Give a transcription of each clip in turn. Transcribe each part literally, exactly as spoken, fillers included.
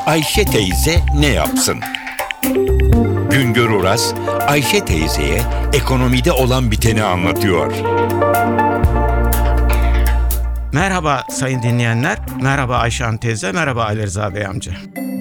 Ayşe teyze ne yapsın? Güngör Oras, Ayşe teyzeye ekonomide olan biteni anlatıyor. Merhaba sayın dinleyenler, merhaba Ayşe Hanım teyze, merhaba Ali Rıza Bey amca.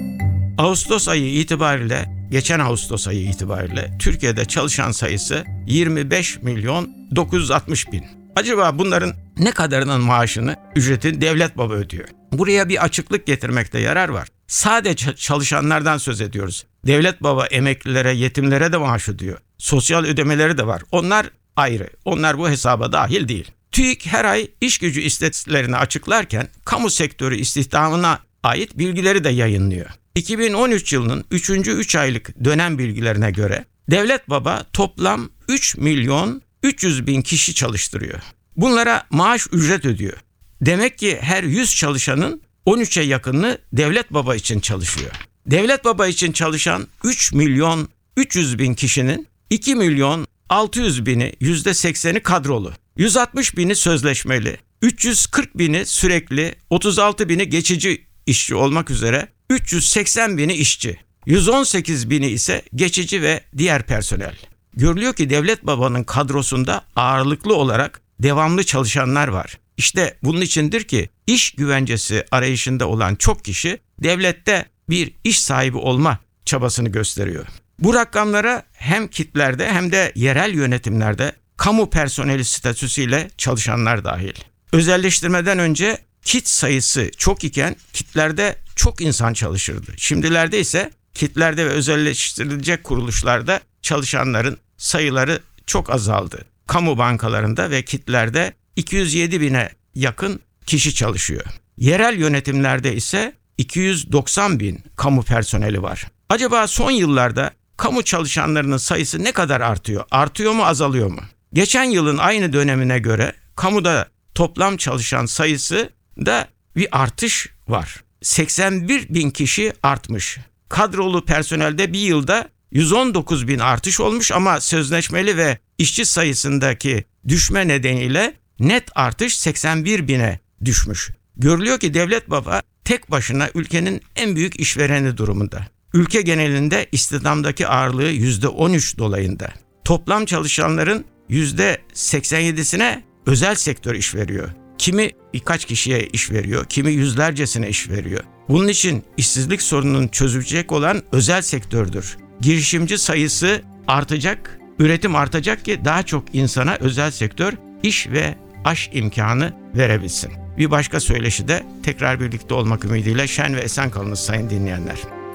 Ağustos ayı itibariyle, geçen Ağustos ayı itibariyle Türkiye'de çalışan sayısı yirmi beş milyon dokuz yüz altmış bin. Acaba bunların ne kadarının maaşını, ücretini devlet baba ödüyor? Buraya bir açıklık getirmekte yarar var. Sadece çalışanlardan söz ediyoruz. Devlet baba emeklilere, yetimlere de maaş ödüyor. Sosyal ödemeleri de var. Onlar ayrı. Onlar bu hesaba dahil değil. TÜİK her ay iş gücü istatistiklerini açıklarken kamu sektörü istihdamına ait bilgileri de yayınlıyor. iki bin on üç yılının üçüncü üç aylık dönem bilgilerine göre devlet baba toplam üç milyon üç yüz bin kişi çalıştırıyor. Bunlara maaş ücret ödüyor. Demek ki her yüz çalışanın on üçe yakını devlet baba için çalışıyor. Devlet baba için çalışan üç milyon üç yüz bin kişinin iki milyon altı yüz bini yüzde sekseni kadrolu. yüz altmış bini sözleşmeli, üç yüz kırk bini sürekli, otuz altı bini geçici işçi olmak üzere üç yüz seksen bini işçi, yüz on sekiz bini ise geçici ve diğer personel. Görülüyor ki devlet babanın kadrosunda ağırlıklı olarak devamlı çalışanlar var. İşte bunun içindir ki iş güvencesi arayışında olan çok kişi devlette bir iş sahibi olma çabasını gösteriyor. Bu rakamlara hem kitlerde hem de yerel yönetimlerde kamu personeli statüsüyle çalışanlar dahil. Özelleştirmeden önce kit sayısı çok iken kitlerde çok insan çalışırdı. Şimdilerde ise kitlerde ve özelleştirilecek kuruluşlarda çalışanların sayıları çok azaldı. Kamu bankalarında ve kitlerde iki yüz yedi bine yakın kişi çalışıyor. Yerel yönetimlerde ise iki yüz doksan bin kamu personeli var. Acaba son yıllarda kamu çalışanlarının sayısı ne kadar artıyor? Artıyor mu, azalıyor mu? Geçen yılın aynı dönemine göre kamuda toplam çalışan sayısı da bir artış var. seksen bir bin kişi artmış. Kadrolu personelde bir yılda yüz on dokuz bin artış olmuş ama sözleşmeli ve işçi sayısındaki düşme nedeniyle net artış seksen bir bine düşmüş. Görülüyor ki devlet baba tek başına ülkenin en büyük işvereni durumunda. Ülke genelinde istihdamdaki ağırlığı yüzde on üç dolayında. Toplam çalışanların yüzde seksen yedisine özel sektör iş veriyor. Kimi birkaç kişiye iş veriyor, kimi yüzlercesine iş veriyor. Bunun için işsizlik sorununu çözecek olan özel sektördür. Girişimci sayısı artacak, üretim artacak ki daha çok insana özel sektör iş ve aş imkanı verebilsin. Bir başka söyleşide tekrar birlikte olmak ümidiyle şen ve esen kalınız sayın dinleyenler.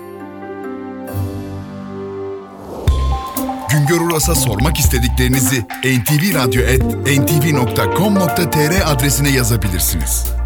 Güngör Oras'a sormak istediklerinizi en ti vi radyo et en ti vi nokta com nokta tr adresine yazabilirsiniz.